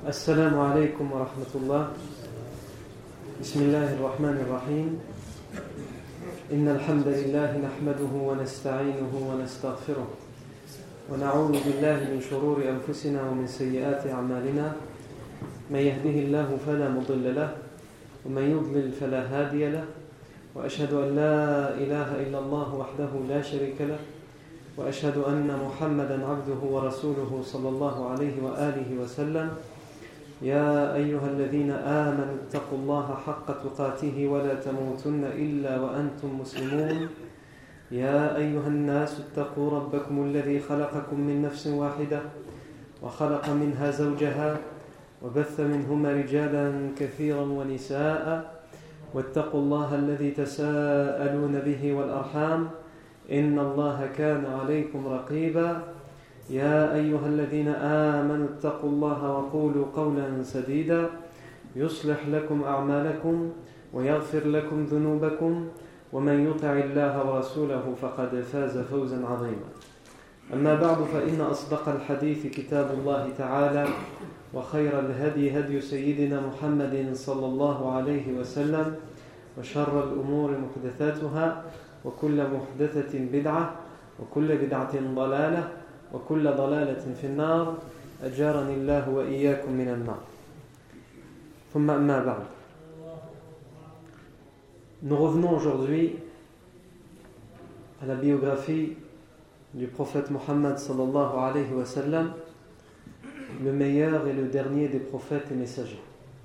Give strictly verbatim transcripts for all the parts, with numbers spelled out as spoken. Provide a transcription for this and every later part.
السلام عليكم ورحمة الله. بسم الله الرحمن الرحيم. إن الحمد لله نحمده ونستعينه ونستغفره ونعوذ بالله من شرور أنفسنا ومن سيئات أعمالنا. من يهده الله فلا مضل له ومن يضلل فلا هادي له. وأشهد أن لا إله إلا الله وحده لا شريك له وأشهد أن محمدا عبده ورسوله صلى الله عليه وآله وسلم. يا أيها الذين آمنوا اتقوا الله حق تقاته ولا تموتن إلا وأنتم مسلمون. يا أيها الناس اتقوا ربكم الذي خلقكم من نفس واحدة وخلق منها زوجها وبث منهما رجالا كثيرا ونساء واتقوا الله الذي تساءلون به والأرحام إن الله كان عليكم رقيبا. يا أيها الذين آمنوا اتقوا الله وقولوا قولا سديدا يصلح لكم أعمالكم ويغفر لكم ذنوبكم ومن يطع الله ورسوله فقد فاز فوزا عظيما. أما بعد فإن أصدق الحديث كتاب الله تعالى وخير الهدي هدي سيدنا محمد صلى الله عليه وسلم وشر الأمور محدثاتها وكل محدثة بدعة وكل بدعة ضلالة وكل ضلالة في النار. أجارني الله وإياكم من النار. ثم أما بعد. Nous revenons aujourd'hui à la biographie du prophète Mohammed sallallahu alayhi wa sallam, le meilleur et le dernier des prophètes et messagers.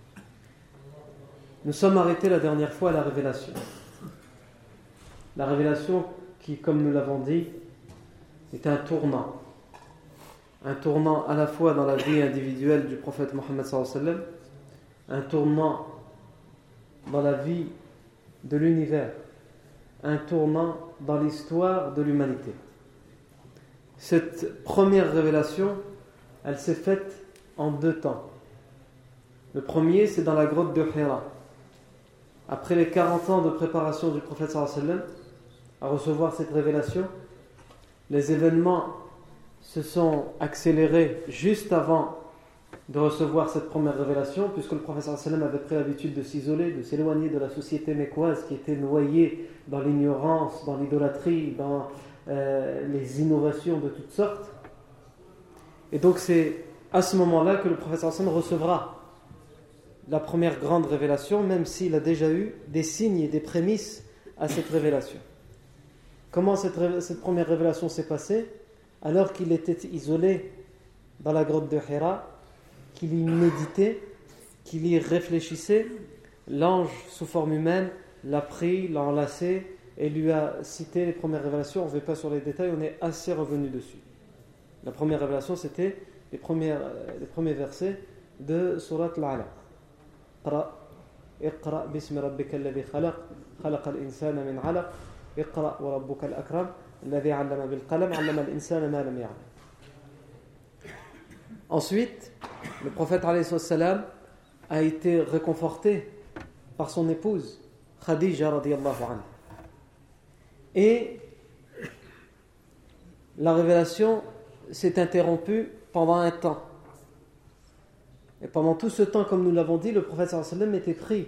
Nous sommes arrêtés la dernière fois à la révélation. La révélation qui, comme nous l'avons dit, est un tournant. Un tournant à la fois dans la vie individuelle du prophète Mohammed sallallahu alayhi wa sallam, un tournant dans la vie de l'univers, un tournant dans l'histoire de l'humanité. Cette première révélation, elle s'est faite en deux temps. Le premier, c'est dans la grotte de Hira. Après les quarante ans de préparation du prophète sallallahu alayhi wa sallam à recevoir cette révélation, les événements se sont accélérés juste avant de recevoir cette première révélation, puisque le prophète sallallahu alayhi wa sallam avait pris l'habitude de s'isoler, de s'éloigner de la société mécoise qui était noyée dans l'ignorance, dans l'idolâtrie, dans euh, les innovations de toutes sortes. Et donc c'est à ce moment-là que le prophète sallallahu alayhi wa sallam recevra la première grande révélation, même s'il a déjà eu des signes et des prémices à cette révélation. Comment cette, ré- cette première révélation s'est passée? Alors qu'il était isolé dans la grotte de Hira, qu'il y méditait, qu'il y réfléchissait, l'ange sous forme humaine l'a pris, l'a enlacé et lui a cité les premières révélations. On ne va pas sur les détails, on est assez revenu dessus. La première révélation, c'était les, premières, les premiers versets de Surat Al-Alaq. Iqra, Iqra bismi rabbika alladhi khalaq, khalaqa al-insana min alaq, Iqra wa rabbuka al-akram, alladhi 'allama bil qalam, 'allama al-insana ma lam ya'lam. Ensuite, le prophète alayhi salam a été réconforté par son épouse Khadija radiyallahu anha. Et la révélation s'est interrompue pendant un temps. Et pendant tout ce temps, comme nous l'avons dit, le prophète sallallahu alayhi wa sallam était pris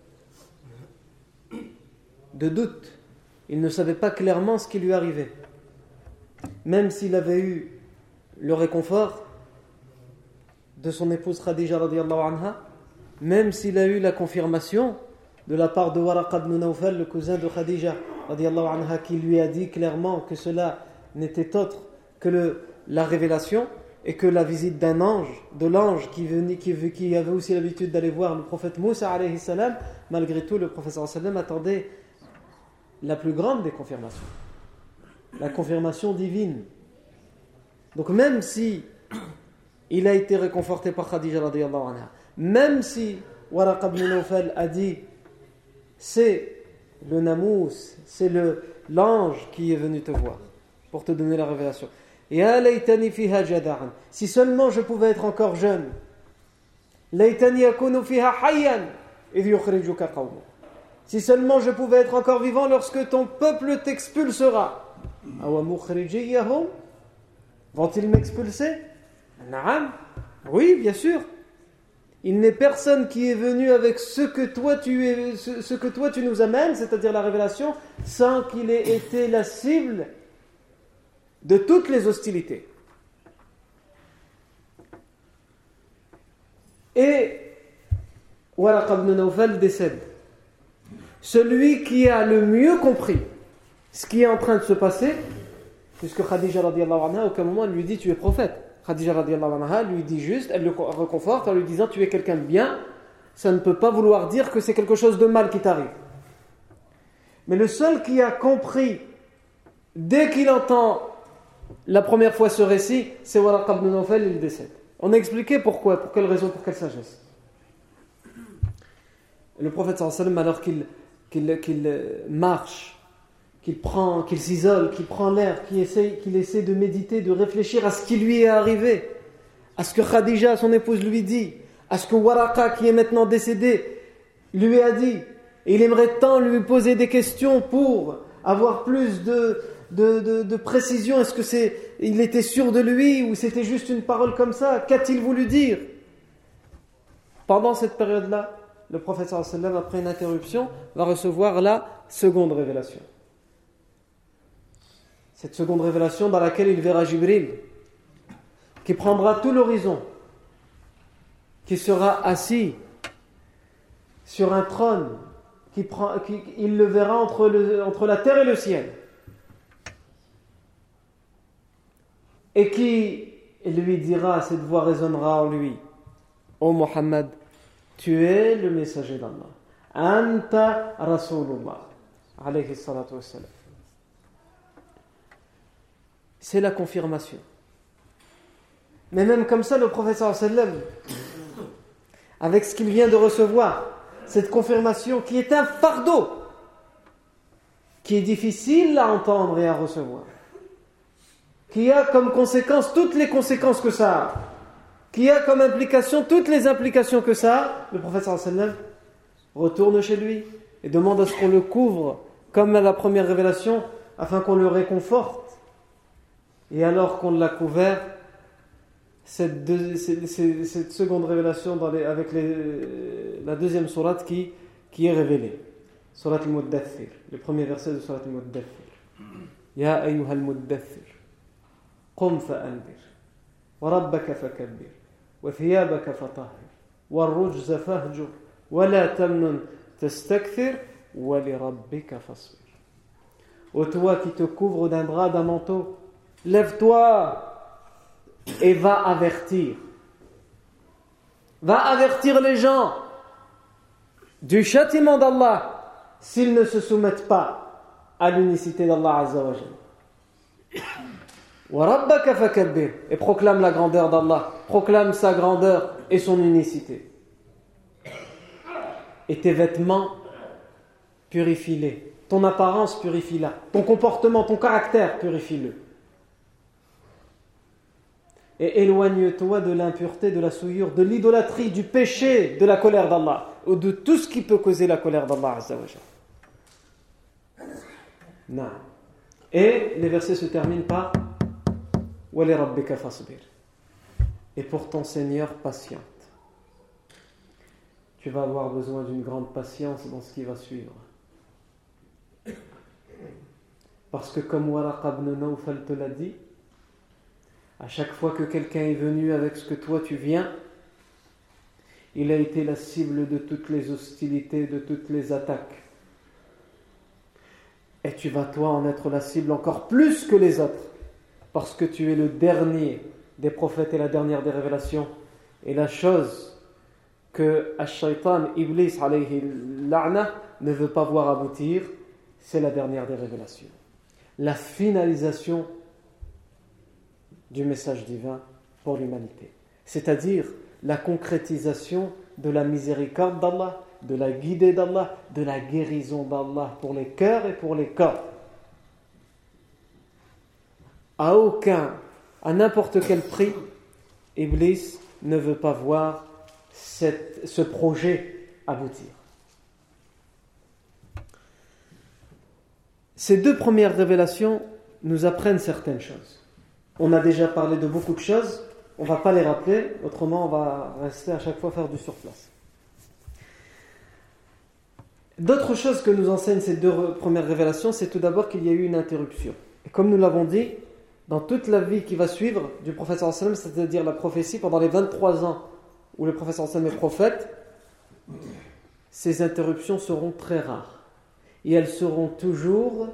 de doute. Il ne savait pas clairement ce qui lui arrivait. Même s'il avait eu le réconfort de son épouse Khadija radiyallahu anha, même s'il a eu la confirmation de la part de Waraqa ibn Nawfal, le cousin de Khadija radiyallahu anha, qui lui a dit clairement que cela n'était autre que le, la révélation et que la visite d'un ange, de l'ange qui, venait, qui, qui avait aussi l'habitude d'aller voir le prophète Moussa alayhi salam. Malgré tout, le prophète sallallahu alayhi wa sallam attendait la plus grande des confirmations, la confirmation divine. Donc même si il a été réconforté par Khadija radiyallahu anha, même si Waraqa ibn Nawfal a dit c'est le namous, c'est le, l'ange qui est venu te voir pour te donner la révélation. Ya laytani fiha jada'an, si seulement je pouvais être encore jeune. Laytani yakunu fiha hayyan idh yukhrijuka qawmuk, si seulement je pouvais être encore vivant lorsque ton peuple t'expulsera. Awa mukhrijiyahum, vont-ils m'expulser? Naam, oui, bien sûr. il n'est personne qui est venu avec ce que toi tu, es, ce, ce que toi tu nous amènes, c'est-à-dire la révélation, sans qu'il ait été la cible de toutes les hostilités. Et Waraqa ibn Nawfal décède. Celui qui a le mieux compris ce qui est en train de se passer, puisque Khadija radiyallahu anha, à aucun moment elle lui dit tu es prophète. Khadija radiyallahu anha lui dit juste, elle le réconforte en lui disant tu es quelqu'un de bien, ça ne peut pas vouloir dire que c'est quelque chose de mal qui t'arrive. Mais le seul qui a compris dès qu'il entend la première fois ce récit, c'est Waraqa ibn Nawfal, il décède. On a expliqué pourquoi, pour quelle raison, pour quelle sagesse. Le prophète sallallahu alayhi wa sallam, alors qu'il, qu'il, qu'il marche, qu'il prend, qu'il s'isole, qu'il prend l'air, qu'il essaie, qu'il essaie de méditer, de réfléchir à ce qui lui est arrivé, à ce que Khadija, son épouse, lui dit, à ce que Waraqa, qui est maintenant décédé, lui a dit. Et il aimerait tant lui poser des questions pour avoir plus de, de, de, de précision. Est-ce que c'est, il était sûr de lui ou c'était juste une parole comme ça? Qu'a-t-il voulu dire? Pendant cette période-là, le prophète sallallahu alayhi wa sallam, après une interruption, va recevoir la seconde révélation. Cette seconde révélation dans laquelle il verra Jibril, qui prendra tout l'horizon, qui sera assis sur un trône, qui prend, qui, il le verra entre, le, entre la terre et le ciel, et qui lui dira, cette voix résonnera en lui: Ô Muhammad, tu es le messager d'Allah. Anta Rasulullah. Alayhi salatu wassalam. C'est la confirmation. Mais même comme ça, le prophète sallallahu alayhi wa sallam, avec ce qu'il vient de recevoir, cette confirmation qui est un fardeau, qui est difficile à entendre et à recevoir, qui a comme conséquence toutes les conséquences que ça a, qui a comme implication toutes les implications que ça a, le prophète sallallahu alayhi wa sallam retourne chez lui et demande à ce qu'on le couvre comme à la première révélation, afin qu'on le réconforte. Et alors qu'on l'a couvert, cette, deux, cette, cette seconde révélation dans les, avec les, la deuxième sourate qui, qui est révélée, sourate al-Muddathir, le premier verset de sourate al-Muddathir. Ya ayyuha al-Muddathir, qum fa'andir, wa rabbaka fakabbir, wa thiyabaka fatahhir, wa ar-rujza fahjur, wa la tamnun tastakthir, wa li rabbika fasbir. Ô toi qui te couvres d'un drap, d'un manteau, lève-toi et va avertir. Va avertir les gens du châtiment d'Allah s'ils ne se soumettent pas à l'unicité d'Allah Azza wa Jalla. Wa rabbaka fakabbir, et proclame la grandeur d'Allah, proclame sa grandeur et son unicité. Et tes vêtements, purifie-les. Ton apparence, purifie-la. Ton comportement, ton caractère, purifie-le. Et éloigne-toi de l'impureté, de la souillure, de l'idolâtrie, du péché, de la colère d'Allah, ou de tout ce qui peut causer la colère d'Allah Azza wa Jalla. Non. Et les versets se terminent par Wa li rabbika fasbir. Et pour ton Seigneur, patiente. Tu vas avoir besoin d'une grande patience dans ce qui va suivre. Parce que comme Waraqa ibn Nawfal te l'a dit, à chaque fois que quelqu'un est venu avec ce que toi tu viens, il a été la cible de toutes les hostilités, de toutes les attaques. Et tu vas toi en être la cible encore plus que les autres, parce que tu es le dernier des prophètes et la dernière des révélations. Et la chose que Ash-Shaytan, Iblis alayhi la'na, ne veut pas voir aboutir, c'est la dernière des révélations. La finalisation du message divin pour l'humanité. C'est-à-dire la concrétisation de la miséricorde d'Allah, de la guidée d'Allah, de la guérison d'Allah pour les cœurs et pour les corps. À aucun, à n'importe quel prix, Iblis ne veut pas voir cette, ce projet aboutir. Ces deux premières révélations nous apprennent certaines choses. On a déjà parlé de beaucoup de choses, on ne va pas les rappeler, autrement on va rester à chaque fois faire du surplace. D'autres choses que nous enseignent ces deux premières révélations, c'est tout d'abord qu'il y a eu une interruption. Et comme nous l'avons dit, dans toute la vie qui va suivre du prophète sallallahu alayhi wa sallam, c'est-à-dire la prophétie, pendant les vingt-trois ans où le prophète sallallahu alayhi wa sallam est prophète, ces interruptions seront très rares. Et elles seront toujours,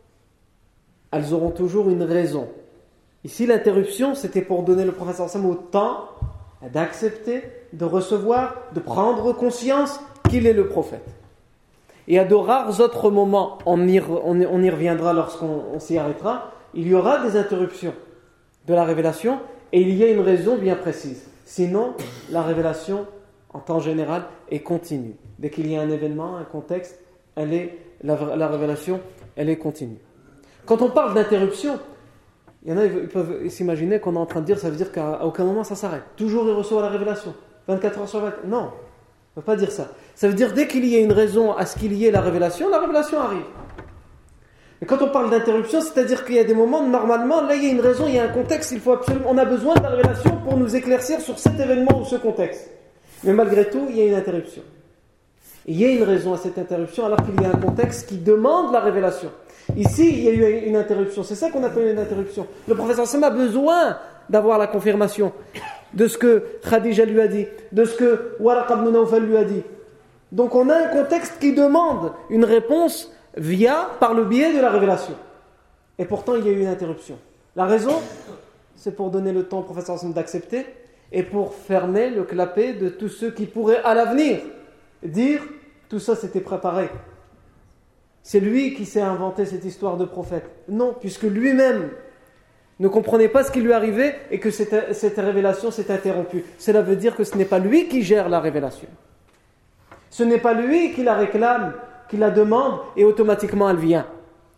elles auront toujours une raison. Ici, l'interruption, c'était pour donner le prophète sallallahu alayhi wa sallam au temps d'accepter, de recevoir, de prendre conscience qu'il est le prophète. Et à de rares autres moments, on y, on y, on y reviendra lorsqu'on on s'y arrêtera, il y aura des interruptions de la révélation et il y a une raison bien précise. Sinon, la révélation, en temps général, est continue. Dès qu'il y a un événement, un contexte, elle est, la, la révélation, elle est continue. Quand on parle d'interruption, il y en a, ils peuvent s'imaginer qu'on est en train de dire, ça veut dire qu'à aucun moment ça s'arrête. Toujours il reçoit la révélation. vingt-quatre heures sur vingt-quatre. Non, on ne peut pas dire ça. Ça veut dire dès qu'il y a une raison à ce qu'il y ait la révélation, la révélation arrive. Et quand on parle d'interruption, c'est-à-dire qu'il y a des moments, normalement, là il y a une raison, il y a un contexte, il faut absolument, on a besoin de la révélation pour nous éclaircir sur cet événement ou ce contexte. Mais malgré tout, il y a une interruption. Et il y a une raison à cette interruption alors qu'il y a un contexte qui demande la révélation. Ici, il y a eu une interruption, c'est ça qu'on appelle une interruption. Le prophète sallallahu alayhi wa sallam a besoin d'avoir la confirmation de ce que Khadija lui a dit, de ce que Waraqa ibn Nawfal lui a dit. Donc on a un contexte qui demande une réponse via, par le biais de la révélation. Et pourtant, il y a eu une interruption. La raison, c'est pour donner le temps au prophète sallallahu alayhi wa sallam d'accepter et pour fermer le clapet de tous ceux qui pourraient à l'avenir dire tout ça c'était préparé. C'est lui qui s'est inventé cette histoire de prophète. Non, puisque lui-même ne comprenait pas ce qui lui arrivait et que cette, cette révélation s'est interrompue. Cela veut dire que ce n'est pas lui qui gère la révélation. Ce n'est pas lui qui la réclame, qui la demande et automatiquement elle vient.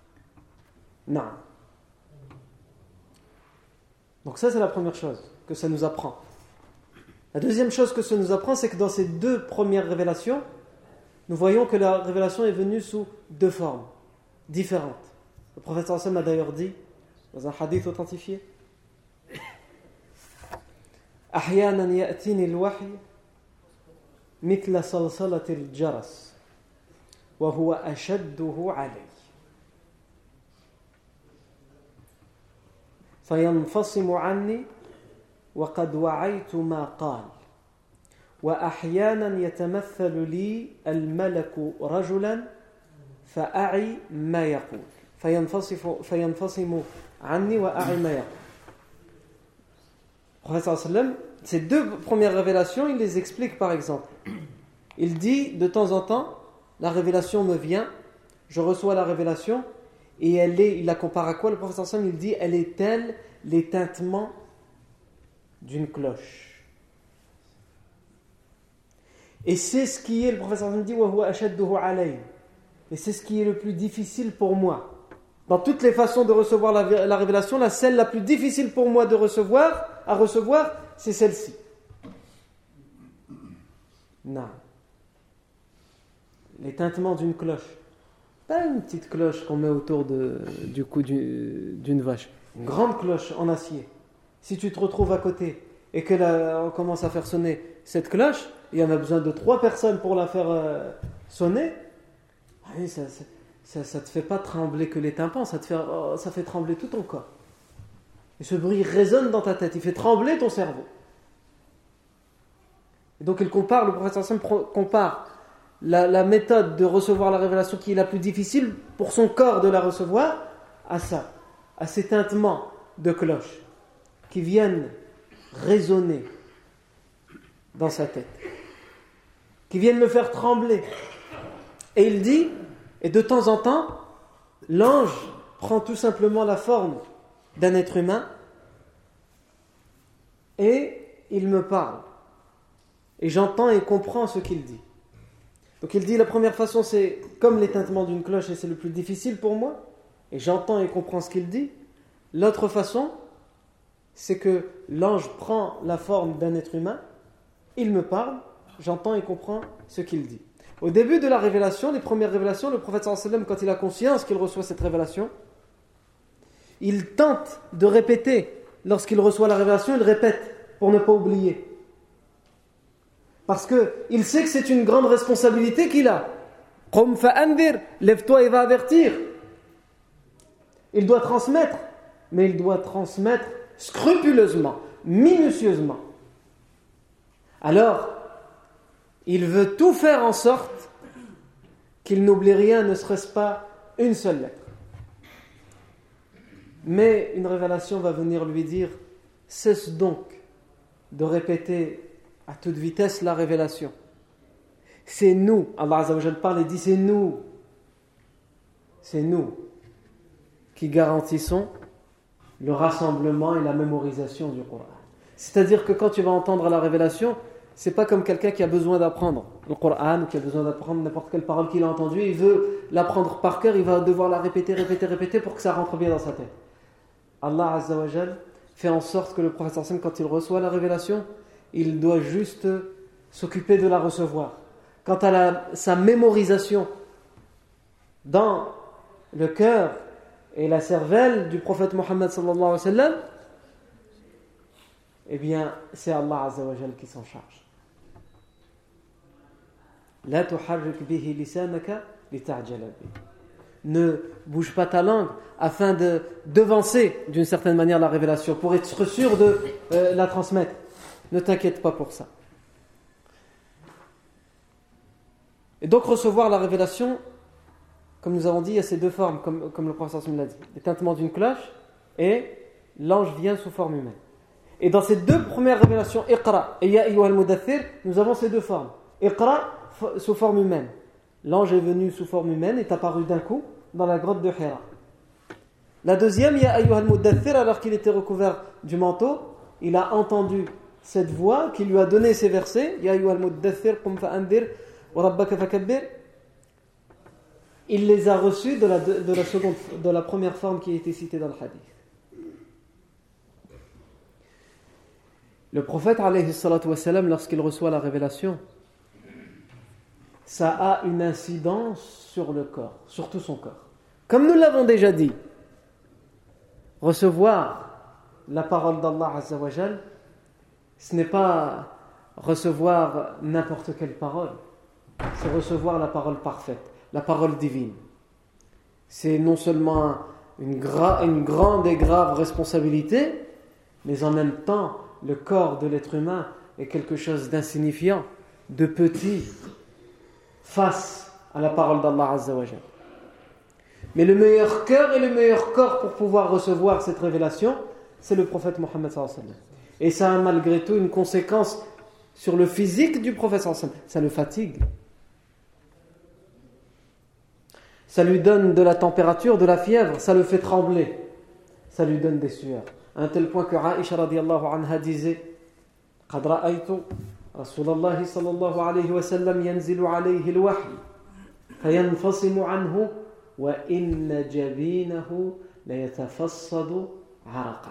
Non. Donc ça c'est la première chose que ça nous apprend. La deuxième chose que ça nous apprend, c'est que dans ces deux premières révélations, nous voyons que la révélation est venue sous deux formes différentes. Le prophète sallallahu alayhi wa sallam a d'ailleurs dit, dans un hadith authentifié, أحيانا يأتيني الوحي مثل صلصلة الجرس وهو أشده علي فينفصم عني وقد وعيت ما قال وأحيانا يتمثل لي الملك رجلا فأعي ما يقول فينفصم عني وأعي ما يقول. Le prophète sallallahu alayhi wa sallam, ces deux premières révélations, il les explique par exemple. Il dit de temps en temps, la révélation me vient, je reçois la révélation et elle est, il la compare à quoi? Le prophète sallallahu alayhi wa sallam, il dit, elle est telle les tintements d'une cloche. Et c'est ce qui est, le professeur me dit, et c'est ce qui est le plus difficile pour moi. Dans toutes les façons de recevoir la, la révélation, la celle la plus difficile pour moi de recevoir, à recevoir, c'est celle-ci. Non. Les tintements d'une cloche. Pas une petite cloche qu'on met autour de, du cou du, d'une vache. Une grande cloche en acier. Si tu te retrouves à côté et que là, on commence à faire sonner cette cloche, il y en a besoin de trois personnes pour la faire euh, sonner. Ça ne te fait pas trembler que les tympans, ça, te fait, oh, ça fait trembler tout ton corps. Et ce bruit résonne dans ta tête, il fait trembler ton cerveau. Et donc il compare, le prophète sallallahu alayhi wa sallam compare la, la méthode de recevoir la révélation qui est la plus difficile pour son corps de la recevoir à ça, à ces tintements de cloche qui viennent résonner dans sa tête, qui viennent me faire trembler. Et il dit, et de temps en temps, l'ange prend tout simplement la forme d'un être humain et il me parle. Et j'entends et comprends ce qu'il dit. Donc il dit, la première façon, c'est comme les tintements d'une cloche et c'est le plus difficile pour moi, et j'entends et comprends ce qu'il dit. L'autre façon, c'est que l'ange prend la forme d'un être humain, il me parle, j'entends et comprends ce qu'il dit. Au début de la révélation, les premières révélations, le prophète sallallahu alayhi wa sallam, quand il a conscience qu'il reçoit cette révélation, il tente de répéter, lorsqu'il reçoit la révélation, il répète pour ne pas oublier. Parce qu'il sait que c'est une grande responsabilité qu'il a. Qum fa'andir, lève-toi et va avertir. Il doit transmettre, mais il doit transmettre scrupuleusement, minutieusement. Alors, il veut tout faire en sorte qu'il n'oublie rien, ne serait-ce pas une seule lettre. Mais une révélation va venir lui dire, cesse donc de répéter à toute vitesse la révélation. C'est nous, Allah Azza wa Jalla parle et dit, c'est nous, c'est nous qui garantissons le rassemblement et la mémorisation du Coran. C'est-à-dire que quand tu vas entendre la révélation, c'est pas comme quelqu'un qui a besoin d'apprendre le Coran ou qui a besoin d'apprendre n'importe quelle parole qu'il a entendue, il veut l'apprendre par cœur, il va devoir la répéter, répéter, répéter pour que ça rentre bien dans sa tête. Allah Azza wa Jalla fait en sorte que le prophète sallam, quand il reçoit la révélation, il doit juste s'occuper de la recevoir. Quant à la, sa mémorisation dans le cœur et la cervelle du prophète Mohammed sallallahu alayhi wa sallam, eh bien, c'est Allah Azza wa Jalla qui s'en charge. La tuharrik bihi lisanaka lita'jala bihi. Ne bouge pas ta langue afin de devancer d'une certaine manière la révélation, pour être sûr de euh, la transmettre. Ne t'inquiète pas pour ça. Et donc recevoir la révélation, comme nous avons dit, il y a ces deux formes, comme, comme le professeur Sam l'a dit. Le tintement d'une cloche et l'ange vient sous forme humaine. Et dans ces deux premières révélations, Iqra et Ya ayyuhal mudaththir, nous avons ces deux formes. Iqra sous forme humaine. L'ange est venu sous forme humaine, est apparu d'un coup dans la grotte de Hira. La deuxième, Ya ayyuhal mudaththir, alors qu'il était recouvert du manteau, il a entendu cette voix qui lui a donné ces versets, Ya ayyuhal mudaththir, qum fa'andir, wa rabbaka fakabbir. Il les a reçus de la, de, de la seconde, de la première forme qui a été citée dans le hadith. Le prophète, alayhi salatu wassalam, lorsqu'il reçoit la révélation, ça a une incidence sur le corps, sur tout son corps. Comme nous l'avons déjà dit, recevoir la parole d'Allah Azza wa Jal, ce n'est pas recevoir n'importe quelle parole, c'est recevoir la parole parfaite, la parole divine. C'est non seulement une, gra- une grande et grave responsabilité, mais en même temps, le corps de l'être humain est quelque chose d'insignifiant, de petit, face à la parole d'Allah Azza wa Jal. Mais le meilleur cœur et le meilleur corps pour pouvoir recevoir cette révélation, c'est le prophète Mohammed sallallahu alayhi wa sallam. Et ça a malgré tout une conséquence sur le physique du prophète sallallahu alayhi wa sallam. Ça le fatigue. Ça lui donne de la température, de la fièvre, ça le fait trembler. Ça lui donne des sueurs. À un tel point que Aïcha radiyallahu anha disait قد رأيت رسول الله صلى الله عليه وسلم ينزل عليه الوحي فينفصم عنه وإن جبينه ليتفصد عرقا.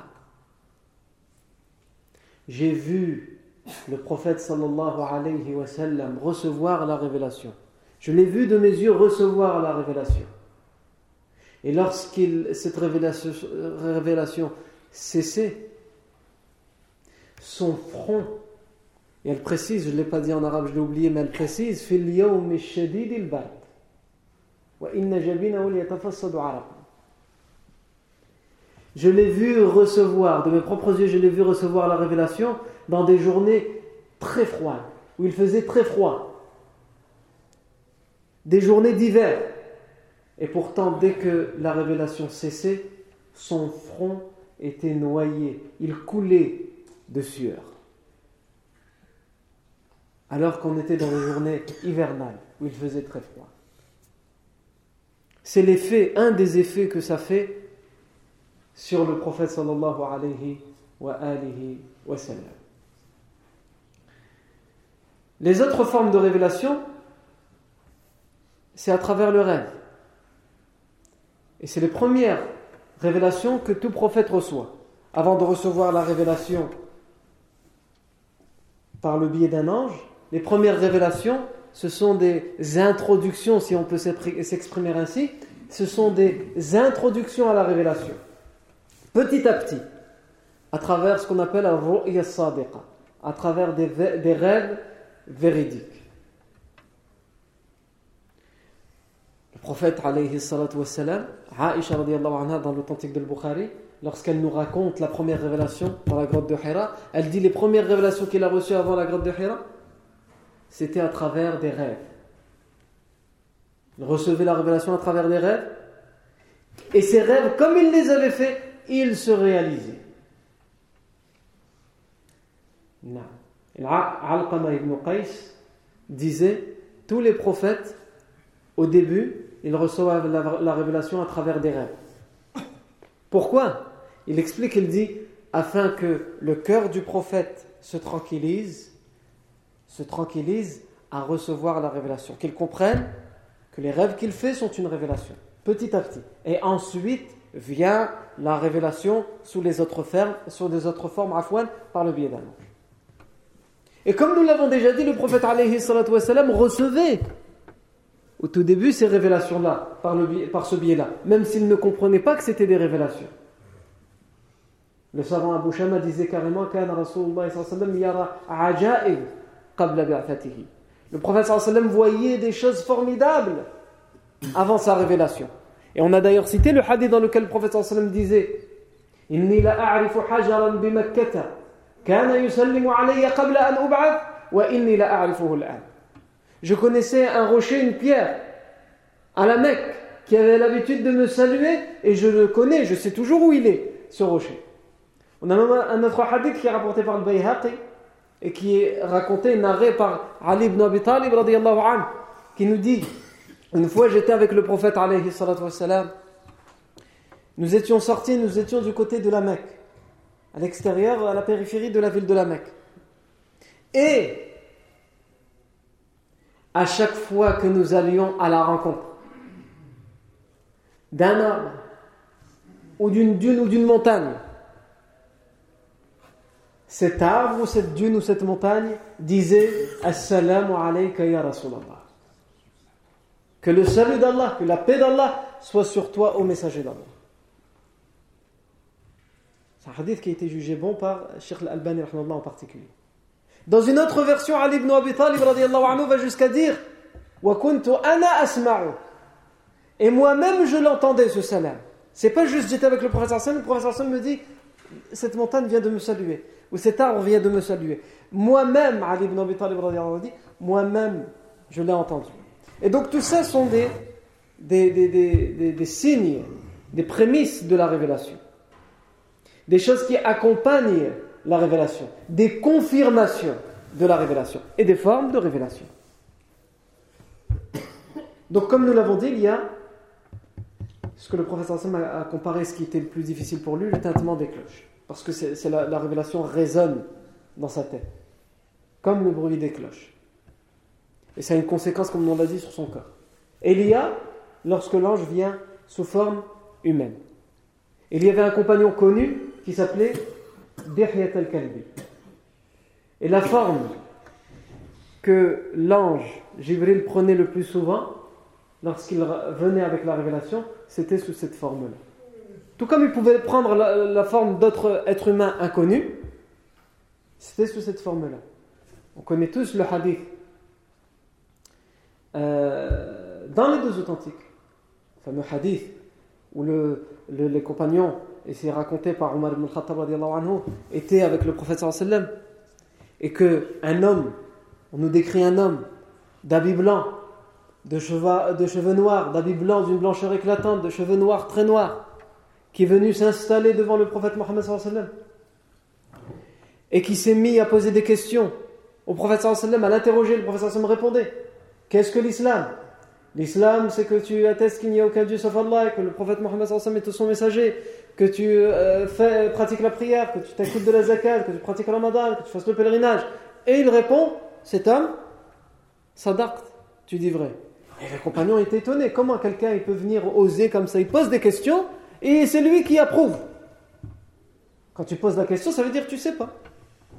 J'ai vu le prophète sallallahu alayhi wa sallam recevoir la révélation. Je l'ai vu de mes yeux recevoir la révélation. Et lorsqu'il cette révélation, révélation cessait, son front, et elle précise, je ne l'ai pas dit en arabe, je l'ai oublié, mais elle précise, fil yawmi shadid al-bard wa inna jabinahu liyatafassadu araqan. Je l'ai vu recevoir, de mes propres yeux, je l'ai vu recevoir la révélation dans des journées très froides, où il faisait très froid. Des journées d'hiver. Et pourtant, dès que la révélation cessait, son front était noyé. Il coulait de sueur. Alors qu'on était dans les journées hivernales, où il faisait très froid. C'est l'effet, un des effets que ça fait sur le prophète sallallahu alayhi wa alihi wa sallam. Les autres formes de révélation, c'est à travers le rêve. Et c'est les premières révélations que tout prophète reçoit. Avant de recevoir la révélation par le biais d'un ange, les premières révélations, ce sont des introductions, si on peut s'exprimer ainsi, ce sont des introductions à la révélation. Petit à petit, à travers ce qu'on appelle al-ru'ya as-sadiqa, à travers des, des rêves véridiques. Le prophète alayhi salatu wassalam, Aïcha radiyallahu anha dans l'authentique de Bukhari, lorsqu'elle nous raconte la première révélation dans la grotte de Hira, elle dit les premières révélations qu'il a reçues avant la grotte de Hira, c'était à travers des rêves. Il recevait la révélation à travers des rêves, et ces rêves, comme il les avait faits, ils se réalisaient. Non. Al-Qama ibn Qais disait, tous les prophètes, au début, ils reçoivent la, la révélation à travers des rêves. Pourquoi ? Il explique, il dit, afin que le cœur du prophète se tranquillise, se tranquillise à recevoir la révélation, qu'il comprenne que les rêves qu'il fait sont une révélation, petit à petit. Et ensuite vient la révélation sous les autres formes, sous des autres formes, afwan, par le biais d'un ange. Et comme nous l'avons déjà dit, le prophète alayhi salatu wassalam recevait au tout début ces révélations-là, par, le biais, par ce biais-là, même s'il ne comprenait pas que c'était des révélations. Le savant Abu Shama disait carrément Kana Rasulullah sallallahu alayhi wa sallam yara ajaib qabla bi'athatihi. Le prophète sallallahu alayhi wa sallam voyait des choses formidables avant sa révélation. Et on a d'ailleurs cité le hadith dans lequel le prophète sallallahu alayhi wa sallam disait Inni la a'rifu hajaran bi Makkah kana yusallimu alayya qabla an ub'ath wa inni la a'rifuhu al'an. Je connaissais un rocher, une pierre à la Mecque qui avait l'habitude de me saluer et je le connais, je sais toujours où il est, ce rocher. On a même un autre hadith qui est rapporté par le Bayhaqi et qui est raconté, narré par Ali ibn Abi Talib radiyallahu anhu, qui nous dit, une fois j'étais avec le prophète alayhi salatu wassalam, nous étions sortis, nous étions du côté de la Mecque, à l'extérieur, à la périphérie de la ville de la Mecque. Et à chaque fois que nous allions à la rencontre d'un arbre ou d'une dune ou d'une montagne, cet arbre ou cette dune ou cette montagne disait Assalamu alayka ya Rasulallah. Que le salut d'Allah, que la paix d'Allah soit sur toi, ô messager d'Allah. C'est un hadith qui a été jugé bon par Cheikh Al-Albani en particulier. Dans une autre version, Ali ibn Abi Talib radiyallahu anhu va jusqu'à dire Wa kuntu ana asma'u. Et moi-même je l'entendais ce salam. C'est pas juste j'étais avec le prophète sallallahu alayhi wa sallam, le prophète sallallahu alayhi wa sallam me dit cette montagne vient de me saluer ou cet arbre vient de me saluer. Moi-même, Ali ibn Abi Talib radiyallahu anhu dit moi-même je l'ai entendu. Et donc tout ça sont des des, des, des, des, des signes, des prémices de la révélation. Des choses qui accompagnent la révélation, des confirmations de la révélation et des formes de révélation. Donc comme nous l'avons dit, il y a ce que le prophète sallallahu alayhi wa sallam a comparé ce qui était le plus difficile pour lui, le tintement des cloches. Parce que c'est, c'est la, la révélation résonne dans sa tête, comme le bruit des cloches. Et ça a une conséquence, comme on l'a dit, sur son corps. Et il y a, lorsque l'ange vient sous forme humaine. Il y avait un compagnon connu qui s'appelait Dihyat al-Kalbi. Et la forme que l'ange Jibril prenait le plus souvent, lorsqu'il venait avec la révélation, c'était sous cette forme-là. Tout comme il pouvait prendre la, la forme d'autres êtres humains inconnus, c'était sous cette forme-là. On connaît tous le hadith euh, dans les deux authentiques, le fameux hadith où le, le, les compagnons, et c'est raconté par Omar ibn al-Khattab radiyallahu anhu, étaient avec le prophète sallallahu alayhi wa sallam, et qu'un homme, on nous décrit un homme d'habit blanc, de cheveux, de cheveux noirs, d'habit blanc d'une blancheur éclatante, de cheveux noirs très noirs, qui est venu s'installer devant le prophète Mohammed sallallahu alayhi wa sallam et qui s'est mis à poser des questions au prophète sallallahu alayhi wa sallam, à l'interroger. Le prophète sallallahu alayhi wa sallam répondait. Qu'est-ce que l'islam ? L'islam, c'est que tu attestes qu'il n'y a aucun Dieu sauf Allah, que le prophète Mohammed sallallahu alayhi wa sallam est son messager, que tu euh, fais, pratiques la prière, que tu t'écoutes de la zakat, que tu pratiques le ramadan, que tu fasses le pèlerinage. Et il répond, cet homme, sadaqt, tu dis vrai. Et les compagnons étaient étonnés. Comment quelqu'un il peut venir oser comme ça ? Il pose des questions et c'est lui qui approuve. Quand tu poses la question, ça veut dire que tu ne sais pas. Hein ?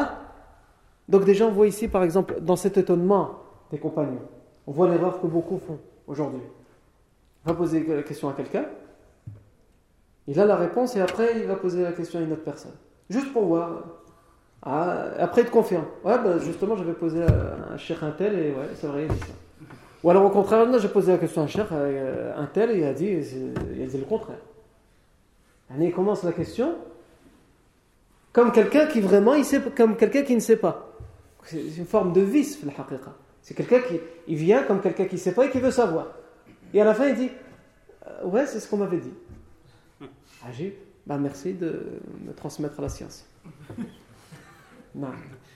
Donc déjà, on voit ici, par exemple, dans cet étonnement des compagnons, on voit l'erreur que beaucoup font aujourd'hui. On va poser la question à quelqu'un, il a la réponse et après, il va poser la question à une autre personne. Juste pour voir. Ah, après, il te confirme. Ouais, bah, justement, j'avais posé à un cheikh un tel et ouais, c'est vrai, il dit ça. Ou alors au contraire, non, j'ai posé la question à un cheikh un tel et il a dit, il a dit le contraire. Il commence la question comme quelqu'un qui vraiment, il sait, comme quelqu'un qui ne sait pas. C'est une forme de vice, le haqiqa. C'est quelqu'un qui il vient comme quelqu'un qui ne sait pas et qui veut savoir. Et à la fin, il dit, ouais, c'est ce qu'on m'avait dit. Ajib, bah merci de me transmettre la science. Non.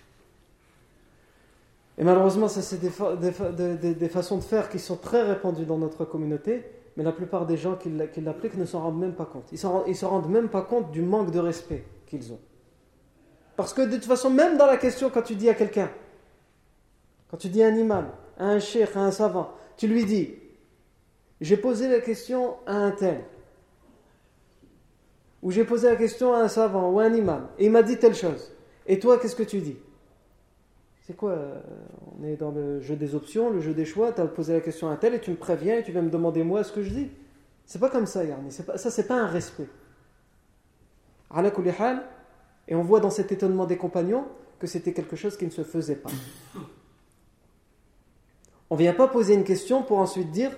Et malheureusement, ça c'est des, fa- des, fa- des, des, des façons de faire qui sont très répandues dans notre communauté, mais la plupart des gens qui, qui l'appliquent ne s'en rendent même pas compte. Ils ne se rendent même pas compte du manque de respect qu'ils ont. Parce que de toute façon, même dans la question, quand tu dis à quelqu'un, quand tu dis à un imam, à un cheikh, à un savant, tu lui dis, j'ai posé la question à un tel, ou j'ai posé la question à un savant ou à un imam, et il m'a dit telle chose. Et toi, qu'est-ce que tu dis? C'est quoi? On est dans le jeu des options, le jeu des choix. Tu as posé la question à un tel et tu me préviens et tu vas me demander moi ce que je dis. C'est pas comme ça, Yarni. C'est pas, ça, c'est pas un respect. Ala kulli hal, et on voit dans cet étonnement des compagnons que c'était quelque chose qui ne se faisait pas. On ne vient pas poser une question pour ensuite dire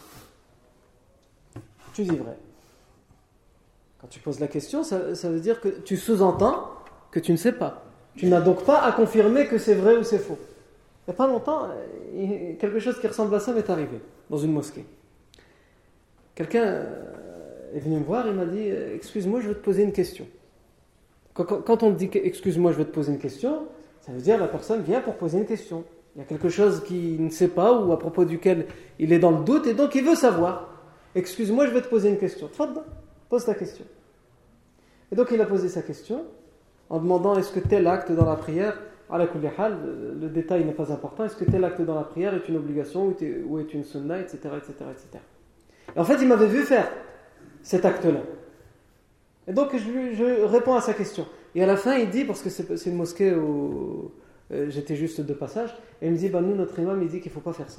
tu dis vrai. Quand tu poses la question, ça, ça veut dire que tu sous-entends que tu ne sais pas. Tu n'as donc pas à confirmer que c'est vrai ou c'est faux. Il n'y a pas longtemps, quelque chose qui ressemble à ça m'est arrivé dans une mosquée. Quelqu'un est venu me voir, il m'a dit « Excuse-moi, je veux te poser une question ». Quand on dit « Excuse-moi, je veux te poser une question », ça veut dire que la personne vient pour poser une question. Il y a quelque chose qu'il ne sait pas ou à propos duquel il est dans le doute et donc il veut savoir. « Excuse-moi, je veux te poser une question ». Tfadda, pose ta question. Et donc il a posé sa question en demandant est-ce que tel acte dans la prière, ala kulli hal, le détail n'est pas important, est-ce que tel acte dans la prière est une obligation ou est une sunna, et cetera, et cetera, et cetera. Et en fait, il m'avait vu faire cet acte-là. Et donc, je, lui, je réponds à sa question. Et à la fin, il dit, parce que c'est, c'est une mosquée où euh, j'étais juste de passage, et il me dit, bah, nous, notre imam, il dit qu'il ne faut pas faire ça.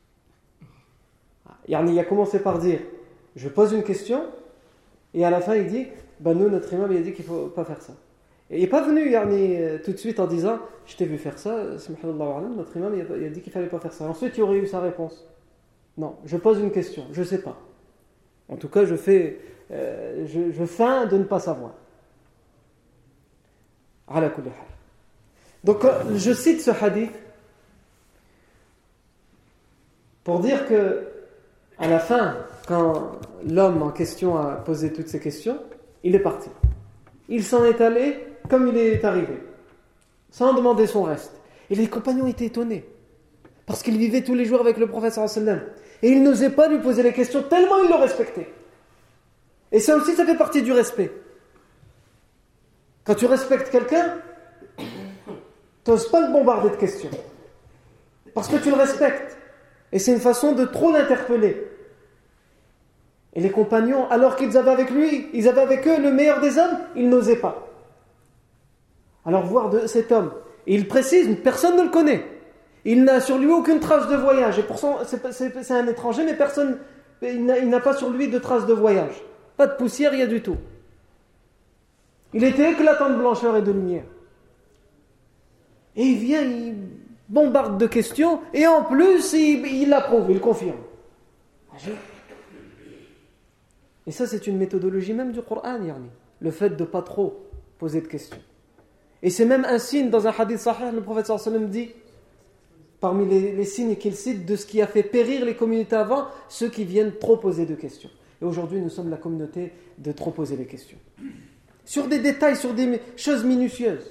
Yani, il a commencé par dire, je pose une question, et à la fin, il dit, bah, nous, notre imam, il a dit qu'il ne faut pas faire ça. Et il n'est pas venu yani, tout de suite en disant je t'ai vu faire ça, notre imam il a, il a dit qu'il ne fallait pas faire ça. Ensuite il aurait eu sa réponse. Non, je pose une question, je ne sais pas. En tout cas, je fais, euh, je, je feins de ne pas savoir. Ala kulli hal. Donc je cite ce hadith pour dire que à la fin, quand l'homme en question a posé toutes ces questions, il est parti. Il s'en est allé comme il est arrivé, sans demander son reste. Et les compagnons étaient étonnés, parce qu'ils vivaient tous les jours avec le prophète sallallahu alayhi wa sallam. Et ils n'osaient pas lui poser les questions, tellement ils le respectaient. Et ça aussi, ça fait partie du respect. Quand tu respectes quelqu'un, tu n'oses pas le bombarder de questions. Parce que tu le respectes. Et c'est une façon de trop l'interpeller. Et les compagnons, alors qu'ils avaient avec lui, ils avaient avec eux le meilleur des hommes, ils n'osaient pas. Alors voir de cet homme, et il précise, personne ne le connaît. Il n'a sur lui aucune trace de voyage. Et pourtant, c'est, c'est, c'est un étranger, mais personne, il n'a, il n'a pas sur lui de trace de voyage. Pas de poussière, rien du tout. Il était éclatant de blancheur et de lumière. Et il vient, il bombarde de questions, et en plus, il, il l'approuve, il confirme. Et ça, c'est une méthodologie même du Coran, yani, le fait de ne pas trop poser de questions. Et c'est même un signe, dans un hadith sahih, le prophète sallallahu alayhi wa sallam dit, parmi les, les signes qu'il cite de ce qui a fait périr les communautés avant, ceux qui viennent trop poser de questions. Et aujourd'hui, nous sommes la communauté de trop poser les questions. Sur des détails, sur des choses minutieuses.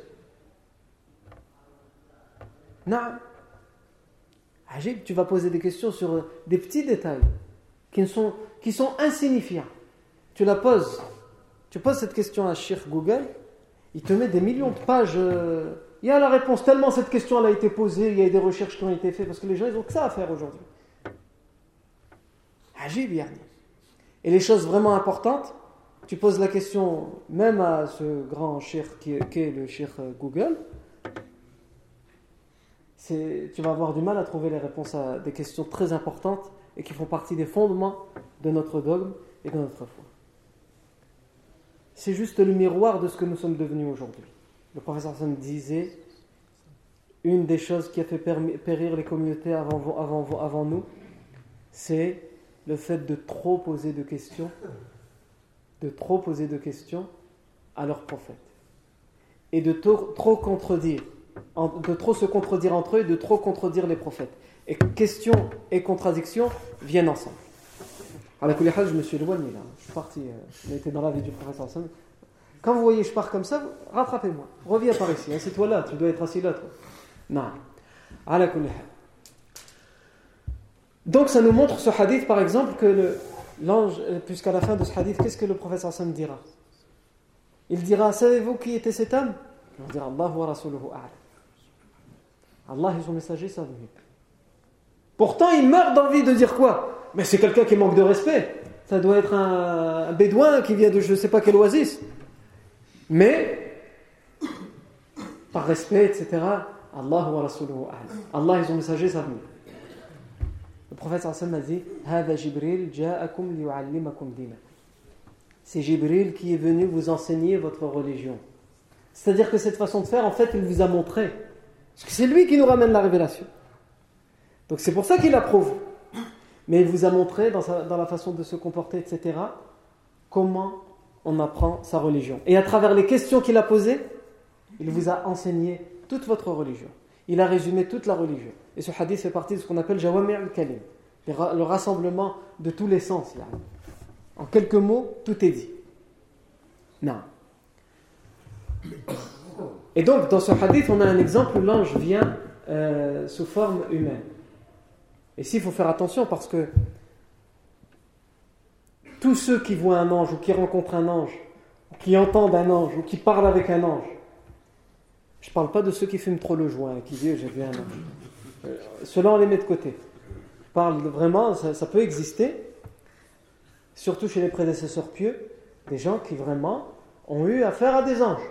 Non. Ajib, tu vas poser des questions sur des petits détails qui sont, qui sont insignifiants. Tu la poses, tu poses cette question à Cheikh Google, il te met des millions de pages. Euh, il y a la réponse, tellement cette question a été posée, il y a des recherches qui ont été faites, parce que les gens, ils ont que ça à faire aujourd'hui. Ajib, yani. Et les choses vraiment importantes, tu poses la question même à ce grand cheikh qui est, qui est le cheikh Google, c'est, tu vas avoir du mal à trouver les réponses à des questions très importantes et qui font partie des fondements de notre dogme et de notre foi. c'est juste le miroir de ce que nous sommes devenus aujourd'hui. Le professeur Hassan disait, une des choses qui a fait périr les communautés avant, avant, avant nous, c'est le fait de trop poser de questions, de trop poser de questions à leurs prophètes. Et de to- trop contredire, de trop se contredire entre eux et de trop contredire les prophètes. Et questions et contradictions viennent ensemble. À la Kulihal, je me suis éloigné là. Je suis parti, euh, on était dans la vie du professeur Hassan. Quand vous voyez, je pars comme ça, rattrapez-moi. Reviens par ici. Hein, c'est toi là, tu dois être assis là, toi. Non. À la Kulihal. Donc, ça nous montre ce hadith, par exemple, que le, l'ange, puisqu'à la fin de ce hadith, qu'est-ce que le professeur Hassan dira? Il dira, savez-vous qui était cet homme? Il dira, Allah wa rasuluhu a'lam. Allah et son messager savent mieux. Pourtant, il meurt d'envie de dire quoi? Mais c'est quelqu'un qui manque de respect. Ça doit être un, un bédouin qui vient de je ne sais pas quelle oasis. Mais, par respect, et cetera, Allah wa rasuluhu a'lam. Allah et son messager savent mieux. Le prophète sallallahu alayhi wa sallam a dit, Hada Jibril ja'akum liyu'allimakum dina. C'est Jibril qui est venu vous enseigner votre religion. C'est-à-dire que cette façon de faire, en fait, il vous a montré. Parce que c'est lui qui nous ramène la révélation. Donc c'est pour ça qu'il approuve. Mais il vous a montré dans, sa, dans la façon de se comporter, et cetera, comment on apprend sa religion. Et à travers les questions qu'il a posées, il vous a enseigné toute votre religion. Il a résumé toute la religion. Et ce hadith fait partie de ce qu'on appelle Jawami' al-Kalim, le rassemblement de tous les sens. Là. En quelques mots, tout est dit. Non. Et donc, dans ce hadith, on a un exemple où l'ange vient euh, sous forme humaine. Et ici, il faut faire attention parce que tous ceux qui voient un ange ou qui rencontrent un ange, ou qui entendent un ange ou qui parlent avec un ange, je ne parle pas de ceux qui fument trop le joint et qui disent j'ai vu un ange. Euh, Ceux-là, on les met de côté. Je parle de, vraiment, ça, ça peut exister, surtout chez les prédécesseurs pieux, des gens qui vraiment ont eu affaire à des anges.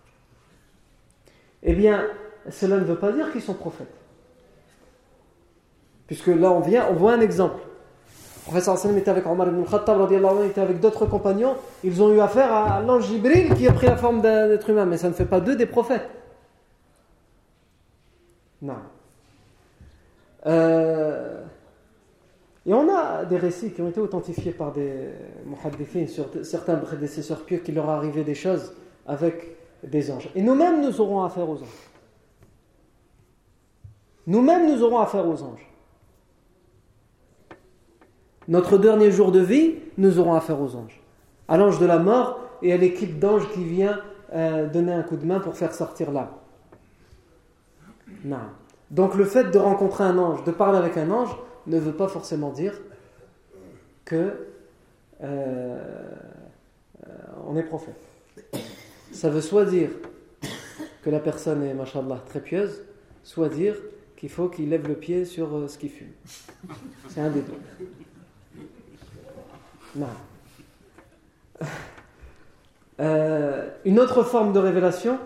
Eh bien, cela ne veut pas dire qu'ils sont prophètes. Puisque là, on vient, on voit un exemple. Le professeur sallam était avec Omar ibn al-Khattab, radiallahu anhu, était avec d'autres compagnons. Ils ont eu affaire à l'ange Jibril qui a pris la forme d'un être humain. Mais ça ne fait pas d'eux des prophètes. Non. Euh, et on a des récits qui ont été authentifiés par des muhaddithines sur certains prédécesseurs pieux qui leur arrivaient des choses avec des anges. Et nous-mêmes, nous aurons affaire aux anges. Nous-mêmes, nous aurons affaire aux anges. Notre dernier jour de vie, nous aurons affaire aux anges. À l'ange de la mort et à l'équipe d'anges qui vient euh, donner un coup de main pour faire sortir l'âme. Non. Donc le fait de rencontrer un ange, de parler avec un ange, ne veut pas forcément dire que euh, euh, on est prophète. Ça veut soit dire que la personne est, mashallah, très pieuse, soit dire qu'il faut qu'il lève le pied sur euh, ce qu'il fume. C'est un des deux. Non. Euh, une autre forme de révélation,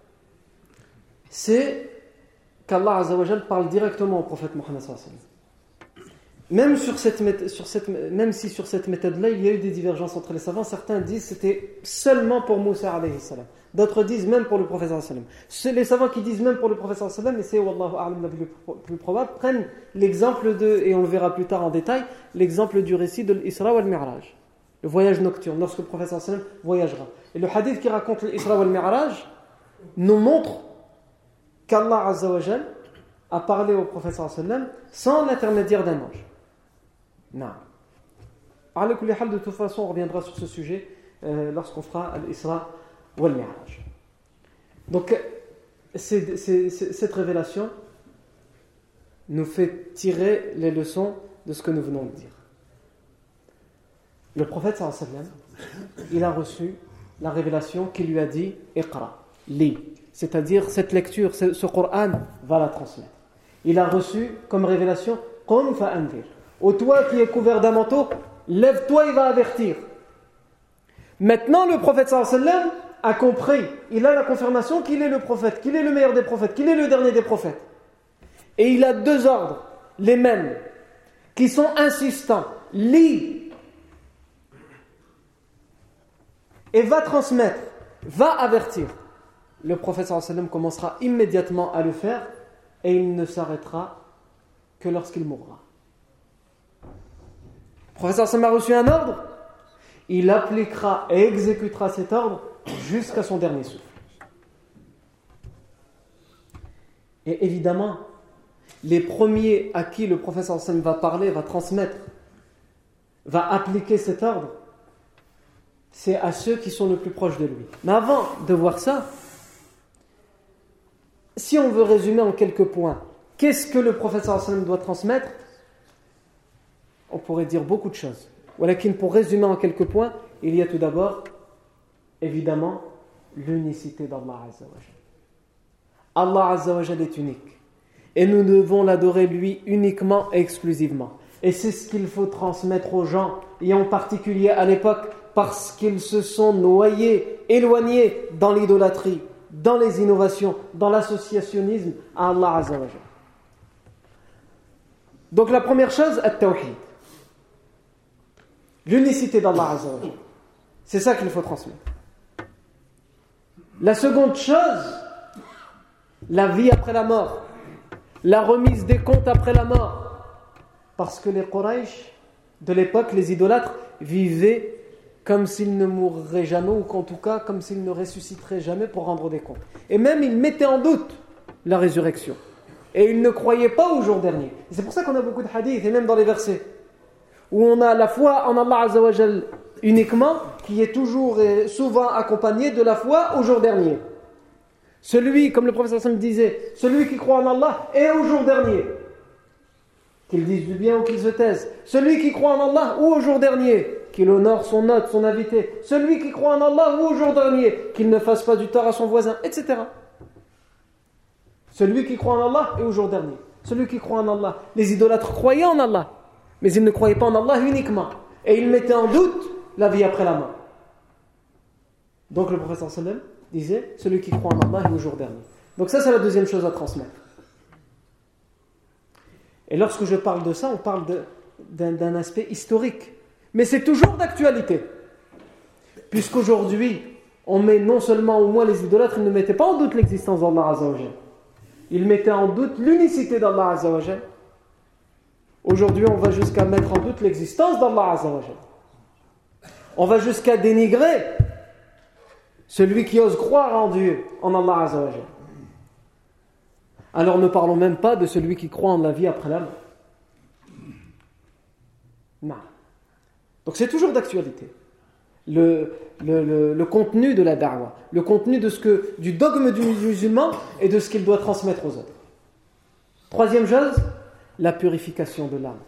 c'est qu'Allah Azza wa Jal parle directement au prophète Mohammed sallallahu alayhi wa sallam. Même, sur cette, sur cette, même si sur cette méthode-là, il y a eu des divergences entre les savants, certains disent que c'était seulement pour Moussa alayhi salam. D'autres disent même pour le prophète sallallahu alayhi wa sallam. C'est les savants qui disent même pour le prophète sallallahu alayhi wa sallam, et c'est Wallahu a'lam la plus, plus probable, prennent l'exemple de, et on le verra plus tard en détail, l'exemple du récit de l'Isra wal Mi'raj, le voyage nocturne, lorsque le prophète sallallahu alayhi wa sallam voyagera. Et le hadith qui raconte l'Isra wal Mi'raj nous montre qu'Allah Azza wa Jal a parlé au prophète sallallahu alayhi wa sallam sans l'intermédiaire d'un ange. Non. Ala kulli hal, de toute façon, on reviendra sur ce sujet euh, lorsqu'on fera l'Isra wal Mi'raj. Donc, c'est, c'est, c'est, cette révélation nous fait tirer les leçons de ce que nous venons de dire. Le prophète sallallahu alayhi wa sallam, il a reçu la révélation qui lui a dit Iqra, lis. C'est-à-dire, cette lecture, ce, ce Coran va la transmettre. Il a reçu comme révélation Qum fa andir. Ô toi qui es couvert d'un manteau, lève-toi et va avertir. Maintenant, le prophète sallallahu alayhi wa sallam a compris, il a la confirmation qu'il est le prophète, qu'il est le meilleur des prophètes, qu'il est le dernier des prophètes. Et il a deux ordres, les mêmes, qui sont insistants. Lis. et va transmettre, va avertir, le prophète sallallahu alayhi wa sallam commencera immédiatement à le faire et il ne s'arrêtera que lorsqu'il mourra. Le prophète sallallahu alayhi wa sallam a reçu un ordre, il appliquera et exécutera cet ordre jusqu'à son dernier souffle. Et évidemment, les premiers à qui le prophète sallallahu alayhi wa sallam va parler, va transmettre, va appliquer cet ordre, c'est à ceux qui sont le plus proches de lui. Mais avant de voir ça, si on veut résumer en quelques points, qu'est-ce que le prophète sallallahu alayhi wa sallam doit transmettre? On pourrait dire beaucoup de choses. Voilà, pour résumer en quelques points, il y a tout d'abord, évidemment, l'unicité d'Allah Azza wa Jal. Allah Azza wa Jal est unique. Et nous devons l'adorer lui uniquement et exclusivement. Et c'est ce qu'il faut transmettre aux gens, et en particulier à l'époque, parce qu'ils se sont noyés, éloignés dans l'idolâtrie, dans les innovations, dans l'associationnisme à Allah Azza wa Jal. Donc la première chose, at-tawhid. L'unicité d'Allah Azza wa Jal. C'est ça qu'il faut transmettre. La seconde chose, la vie après la mort. La remise des comptes après la mort. Parce que les Quraysh de l'époque, les idolâtres, vivaient comme s'ils ne mourraient jamais, ou qu'en tout cas, comme s'ils ne ressusciteraient jamais pour rendre des comptes. Et même, ils mettaient en doute la résurrection. Et ils ne croyaient pas au jour dernier. Et c'est pour ça qu'on a beaucoup de hadiths, et même dans les versets, où on a la foi en Allah Azza wa Jal uniquement, qui est toujours et souvent accompagnée de la foi au jour dernier. Celui, comme le prophète sallallahu alayhi wa sallam disait, celui qui croit en Allah est au jour dernier. Qu'il dise du bien ou qu'il se taise. Celui qui croit en Allah ou au jour dernier, qu'il honore son hôte, son invité. Celui qui croit en Allah ou au jour dernier, qu'il ne fasse pas du tort à son voisin, et cetera. Celui qui croit en Allah et au jour dernier. Celui qui croit en Allah. Les idolâtres croyaient en Allah, mais ils ne croyaient pas en Allah uniquement. Et ils mettaient en doute la vie après la mort. Donc le prophète sallallahu alayhi wa sallam disait, celui qui croit en Allah et au jour dernier. Donc ça, c'est la deuxième chose à transmettre. Et lorsque je parle de ça, on parle de, d'un, d'un aspect historique. Mais c'est toujours d'actualité. Puisqu'aujourd'hui, on met non seulement, au moins les idolâtres, ils ne mettaient pas en doute l'existence d'Allah Azza wa Jal. Ils mettaient en doute l'unicité d'Allah Azza wa Jal. Aujourd'hui, on va jusqu'à mettre en doute l'existence d'Allah Azza wa Jal. On va jusqu'à dénigrer celui qui ose croire en Dieu, en Allah Azza wa Jal. Alors ne parlons même pas de celui qui croit en la vie après la mort. Non. Donc c'est toujours d'actualité. Le, le, le, le contenu de la da'wa, le contenu de ce que, du dogme du musulman et de ce qu'il doit transmettre aux autres. Troisième chose, la purification de l'âme.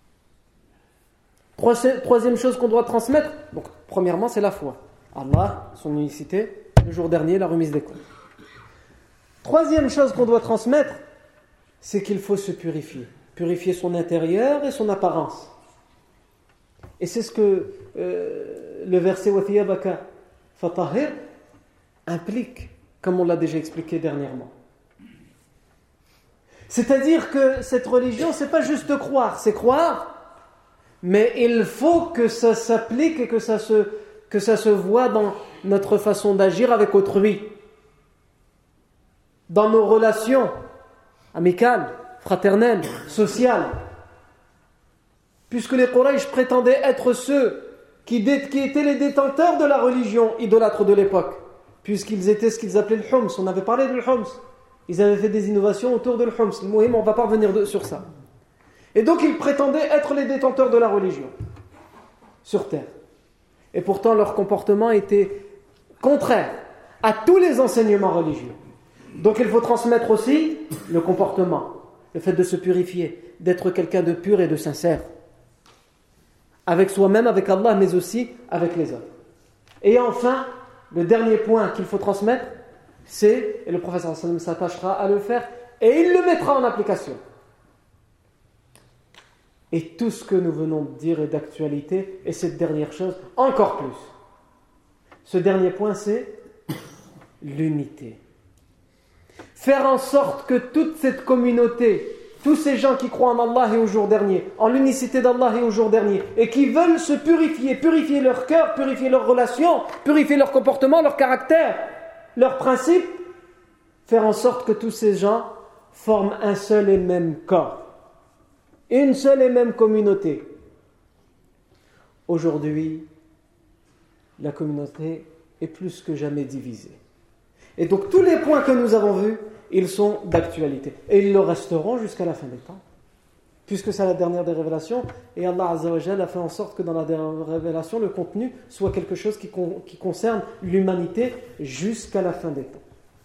Troisième chose qu'on doit transmettre, donc premièrement c'est la foi. Allah, son unicité, le jour dernier, la remise des comptes. Troisième chose qu'on doit transmettre, c'est qu'il faut se purifier. Purifier son intérieur et son apparence. Et c'est ce que euh, le verset wa thiyabaka fatahhir implique, comme on l'a déjà expliqué dernièrement. C'est-à-dire que cette religion, c'est pas juste croire, c'est croire, mais il faut que ça s'applique et que ça se, que ça se voit dans notre façon d'agir avec autrui, dans nos relations amicales, fraternelles, sociales. Puisque les Quraysh prétendaient être ceux qui, dé- qui étaient les détenteurs de la religion idolâtre de l'époque, puisqu'ils étaient ce qu'ils appelaient le Hums. On avait parlé du Hums. Ils avaient fait des innovations autour de le Hums. Le Mohim, on ne va pas revenir de, sur ça. Et donc ils prétendaient être les détenteurs de la religion sur terre. Et pourtant leur comportement était contraire à tous les enseignements religieux. Donc il faut transmettre aussi le comportement, le fait de se purifier, d'être quelqu'un de pur et de sincère. Avec soi-même, avec Allah, mais aussi avec les autres. Et enfin, le dernier point qu'il faut transmettre, c'est, et le prophète sallallahu alayhi wa sallam s'attachera à le faire, et il le mettra en application. Et tout ce que nous venons de dire est d'actualité, et cette dernière chose, encore plus. Ce dernier point, c'est l'unité. Faire en sorte que toute cette communauté tous ces gens qui croient en Allah et au jour dernier, en l'unicité d'Allah et au jour dernier, et qui veulent se purifier, purifier leur cœur, purifier leurs relations, purifier leur comportement, leur caractère, leurs principes, faire en sorte que tous ces gens forment un seul et même corps, une seule et même communauté. Aujourd'hui, la communauté est plus que jamais divisée. Et donc tous les points que nous avons vus, ils sont d'actualité. Et ils le resteront jusqu'à la fin des temps. Puisque c'est la dernière des révélations, et Allah Azza wa Jalla a fait en sorte que dans la dernière révélation, le contenu soit quelque chose qui, con, qui concerne l'humanité jusqu'à la fin des temps.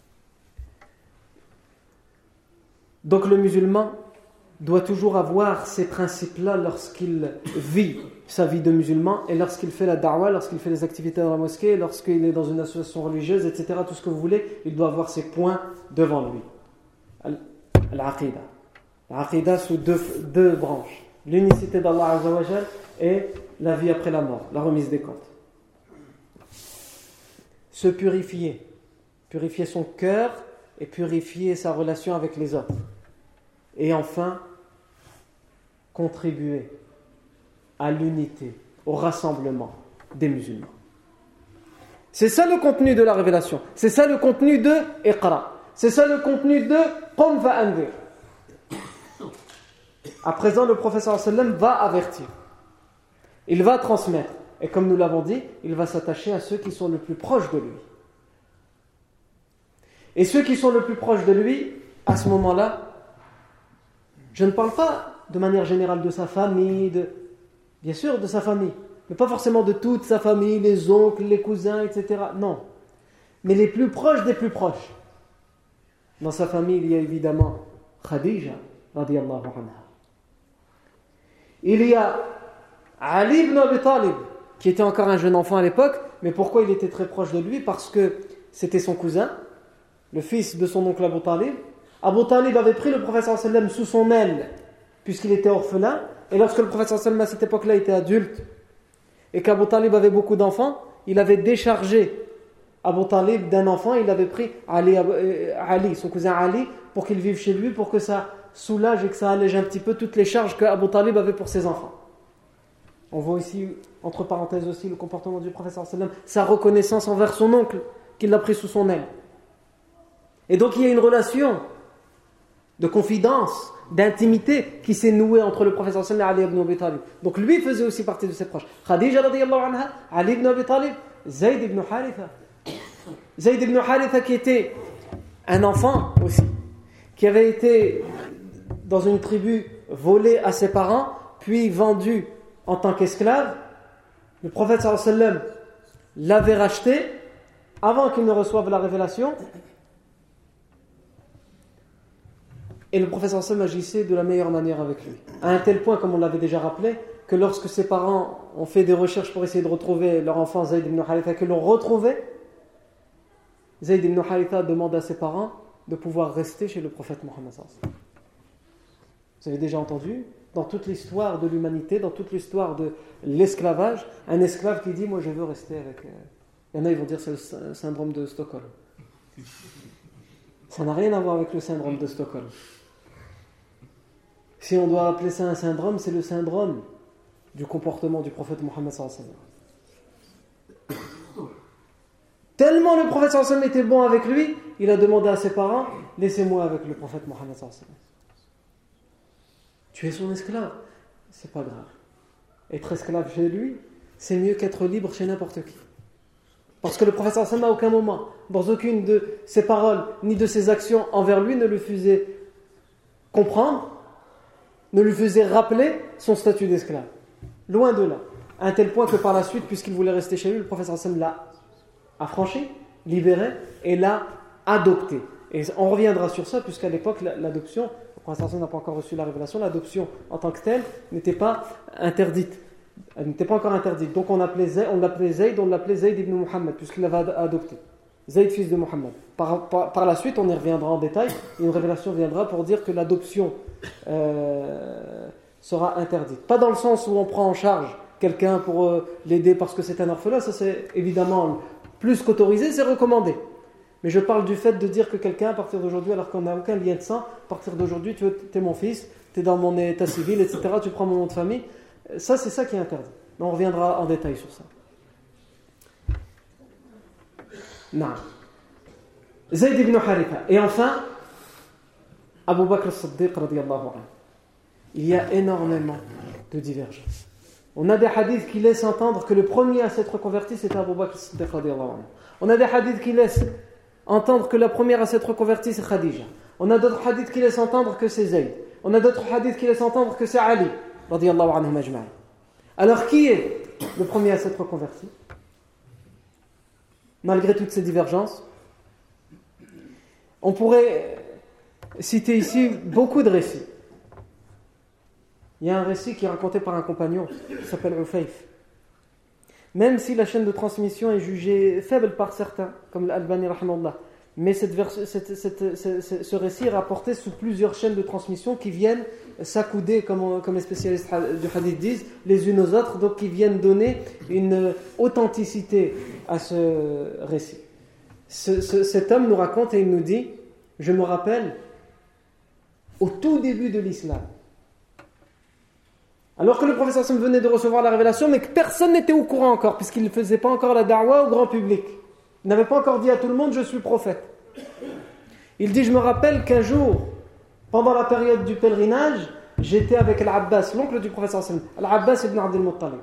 Donc le musulman doit toujours avoir ces principes-là lorsqu'il vit sa vie de musulman et lorsqu'il fait la da'wah, lorsqu'il fait les activités dans la mosquée, lorsqu'il est dans une association religieuse, et cetera. Tout ce que vous voulez, il doit avoir ces points devant lui. Al-Aqidah. L'aqidah sous deux, deux branches. L'unicité d'Allah Azza wa Jal et la vie après la mort, la remise des comptes. Se purifier. Purifier son cœur et purifier sa relation avec les autres. Et enfin, contribuer à l'unité, au rassemblement des musulmans. C'est ça le contenu de la révélation. C'est ça le contenu de Iqra. C'est ça le contenu de Qum fa'anzir. À présent, le prophète sallallahu alayhi wa sallam va avertir. Il va transmettre. Et comme nous l'avons dit, il va s'attacher à ceux qui sont le plus proches de lui. Et ceux qui sont le plus proches de lui, à ce moment-là, je ne parle pas de manière générale de sa famille, de, bien sûr de sa famille, mais pas forcément de toute sa famille, les oncles, les cousins, et cetera. Non. Mais les plus proches des plus proches. Dans sa famille, il y a évidemment Khadija, radiyallahu anha. Il y a Ali ibn Abi Talib, qui était encore un jeune enfant à l'époque, mais pourquoi il était très proche de lui? Parce que c'était son cousin, le fils de son oncle Abu Talib. Abu Talib avait pris le prophète sallallahu alayhi wa sallam sous son aile, puisqu'il était orphelin, et lorsque le prophète sallallahu alayhi wa sallam à cette époque-là était adulte, et qu'Abu Talib avait beaucoup d'enfants, il avait déchargé Abu Talib d'un enfant, il avait pris Ali, euh, Ali, son cousin Ali, pour qu'il vive chez lui, pour que ça soulage et que ça allège un petit peu toutes les charges que Abu Talib avait pour ses enfants. On voit ici, entre parenthèses aussi, le comportement du prophète sallallahu alayhi wa sallam, sa reconnaissance envers son oncle, qu'il l'a pris sous son aile. Et donc il y a une relation de confidence, d'intimité qui s'est nouée entre le prophète sallallahu alayhi wa sallam et Ali ibn Abi Talib. Donc lui faisait aussi partie de ses proches. Khadija radiyallahu anha, Ali ibn Abi Talib, Zayd ibn Haritha. Zayd ibn Haritha qui était un enfant aussi, qui avait été dans une tribu volé à ses parents, puis vendu en tant qu'esclave. Le prophète sallallahu alayhi wa sallam l'avait racheté avant qu'il ne reçoive la révélation. Et le prophète sallallahu alayhi wa sallam agissait de la meilleure manière avec lui. À un tel point, comme on l'avait déjà rappelé, que lorsque ses parents ont fait des recherches pour essayer de retrouver leur enfant Zayd ibn Haritha, que l'ont retrouvé, Zayd ibn Haritha demande à ses parents de pouvoir rester chez le prophète Mohammed sallallahu alayhi wa sallam. Vous avez déjà entendu, dans toute l'histoire de l'humanité, dans toute l'histoire de l'esclavage, un esclave qui dit « moi je veux rester avec... » Il y en a, ils vont dire c'est le syndrome de Stockholm. Ça n'a rien à voir avec le syndrome de Stockholm. Si on doit appeler ça un syndrome, c'est le syndrome du comportement du prophète Mohammed sallallahu alayhi wa sallam. Tellement le prophète sallallahu alayhi wa sallam était bon avec lui, il a demandé à ses parents « laissez-moi avec le prophète Mohammed sallallahu alayhi wa sallam. » Tu es son esclave, c'est pas grave. Être esclave chez lui, c'est mieux qu'être libre chez n'importe qui. Parce que le prophète sallallahu alayhi wa sallam, à aucun moment, dans aucune de ses paroles, ni de ses actions envers lui, ne lui faisait comprendre, ne lui faisait rappeler son statut d'esclave. Loin de là. À un tel point que par la suite, puisqu'il voulait rester chez lui, le prophète sallallahu alayhi wa sallam l'a affranchi, libéré et l'a adopté. Et on reviendra sur ça, puisqu'à l'époque, l'adoption, le prophète sallallahu alayhi wa sallam n'a pas encore reçu la révélation, l'adoption en tant que telle n'était pas interdite. Elle n'était pas encore interdite. Donc on l'appelait Zayd, on l'appelait Zayd, on l'appelait Zayd ibn Muhammad, puisqu'il l'avait adopté. Zayd, fils de Muhammad. Par, par, par la suite, on y reviendra en détail, et une révélation viendra pour dire que l'adoption euh, sera interdite. Pas dans le sens où on prend en charge quelqu'un pour euh, l'aider parce que c'est un orphelin, ça c'est évidemment plus qu'autorisé, c'est recommandé. Mais je parle du fait de dire que quelqu'un, à partir d'aujourd'hui, alors qu'on n'a aucun lien de sang, à partir d'aujourd'hui, tu es mon fils, tu es dans mon état civil, et cetera, tu prends mon nom de famille. Ça, c'est ça qui est interdit. Mais on reviendra en détail sur ça. Non. Zayd ibn Haritha. Et enfin, Abu Bakr as-Siddiq radiyallahu anhu. Il y a énormément de divergences. On a des hadiths qui laissent entendre que le premier à s'être converti, c'était Abu Bakr as-Siddiq radiyallahu anhu. On a des hadiths qui laissent entendre que la première à s'être convertie, c'est Khadija. On a d'autres hadiths qui laissent entendre que c'est Zayd. On a d'autres hadiths qui laissent entendre que c'est Ali radiyallahu anhu majma'in. Alors qui est le premier à s'être converti? Malgré toutes ces divergences, on pourrait citer ici beaucoup de récits. Il y a un récit qui est raconté par un compagnon qui s'appelle Ufayf. Même si la chaîne de transmission est jugée faible par certains, comme l'Albani rahimahullah, mais cette vers- cette, cette, cette, ce récit est rapporté sous plusieurs chaînes de transmission qui viennent s'accouder, comme, on, comme les spécialistes du hadith disent, les unes aux autres, donc qui viennent donner une authenticité à ce récit. Ce, ce, cet homme nous raconte et il nous dit, je me rappelle, au tout début de l'islam, alors que le prophète sallam venait de recevoir la révélation, mais que personne n'était au courant encore, puisqu'il ne faisait pas encore la da'wa au grand public. Il n'avait pas encore dit à tout le monde, je suis prophète. Il dit, je me rappelle qu'un jour, pendant la période du pèlerinage, j'étais avec Al-Abbas, l'oncle du prophète sallam, Al-Abbas ibn Abdul Muttalib,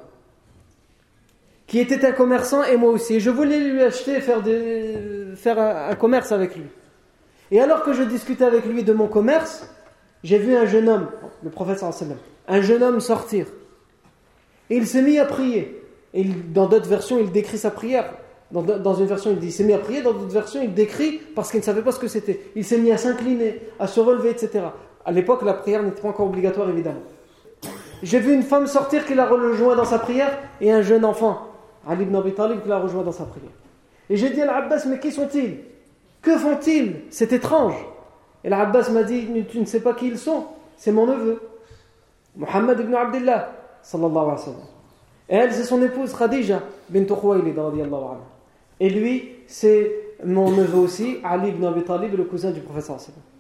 qui était un commerçant et moi aussi. Et je voulais lui acheter, faire, de, faire un, un commerce avec lui. Et alors que je discutais avec lui de mon commerce, j'ai vu un jeune homme, le prophète sallam, un jeune homme sortir. Et il s'est mis à prier. Et il, dans d'autres versions, il décrit sa prière. Dans, dans une version, il dit il s'est mis à prier. Dans d'autres versions, il décrit parce qu'il ne savait pas ce que c'était. Il s'est mis à s'incliner, à se relever, et cetera. À l'époque, la prière n'était pas encore obligatoire, évidemment. J'ai vu une femme sortir qui l'a rejoint dans sa prière et un jeune enfant, Ali ibn Abi Talib, qui l'a rejoint dans sa prière. Et j'ai dit à l'Abbas, mais qui sont-ils? Que font-ils? C'est étrange. Et l'Abbas m'a dit, tu ne sais pas qui ils sont? C'est mon neveu, Muhammad ibn Abdullah, sallallahu alayhi wa sallam. Et elle, c'est son épouse, Khadija bint Khuwaylid, radiyallahu anha. Et lui, c'est mon neveu aussi, Ali ibn Abi Talib, le cousin du prophète sallallahu alayhi wa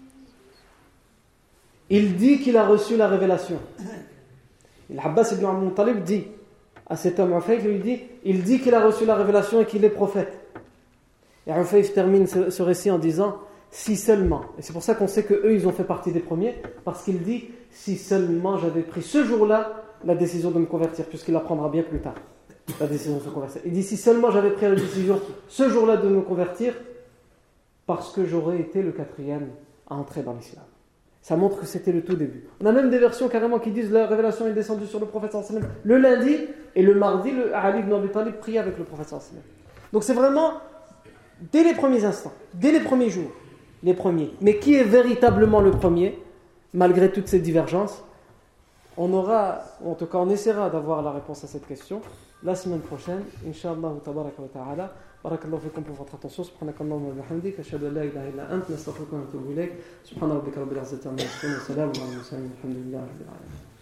sallam. Il dit qu'il a reçu la révélation. Et l'Abbas ibn Abdul Talib dit à cet homme, Ufayf, lui dit, il dit qu'il a reçu la révélation et qu'il est prophète. Et Ufayf termine ce, ce récit en disant, si seulement, et c'est pour ça qu'on sait qu'eux, ils ont fait partie des premiers, parce qu'il dit, si seulement j'avais pris ce jour-là la décision de me convertir, puisqu'il la prendra bien plus tard, la décision de se convertir. Il dit, si seulement j'avais pris la décision ce jour-là de me convertir, parce que j'aurais été le quatrième à entrer dans l'islam. Ça montre que c'était le tout début. On a même des versions carrément qui disent la révélation est descendue sur le prophète sallallahu alayhi wa sallam le lundi, et le mardi, le Ali ibn Abi Talib priait avec le prophète sallallahu alayhi wa sallam. Donc c'est vraiment, dès les premiers instants, dès les premiers jours, les premiers. Mais qui est véritablement le premier, malgré toutes ces divergences? On aura, ou en tout cas on essaiera d'avoir la réponse à cette question la semaine prochaine, Inch'Allah tabaraka wa ta'ala. Barakallahu fikum pour votre attention. Subhanakallahumma wa bihamdik, ashhadu an la ilaha illa ant, nastaghfiruka wa natubu ilayk. Subhana rabbika rabbil izzati amma yasifun, wa salamun ala al mursalin, walhamdulillahi rabbil alamin.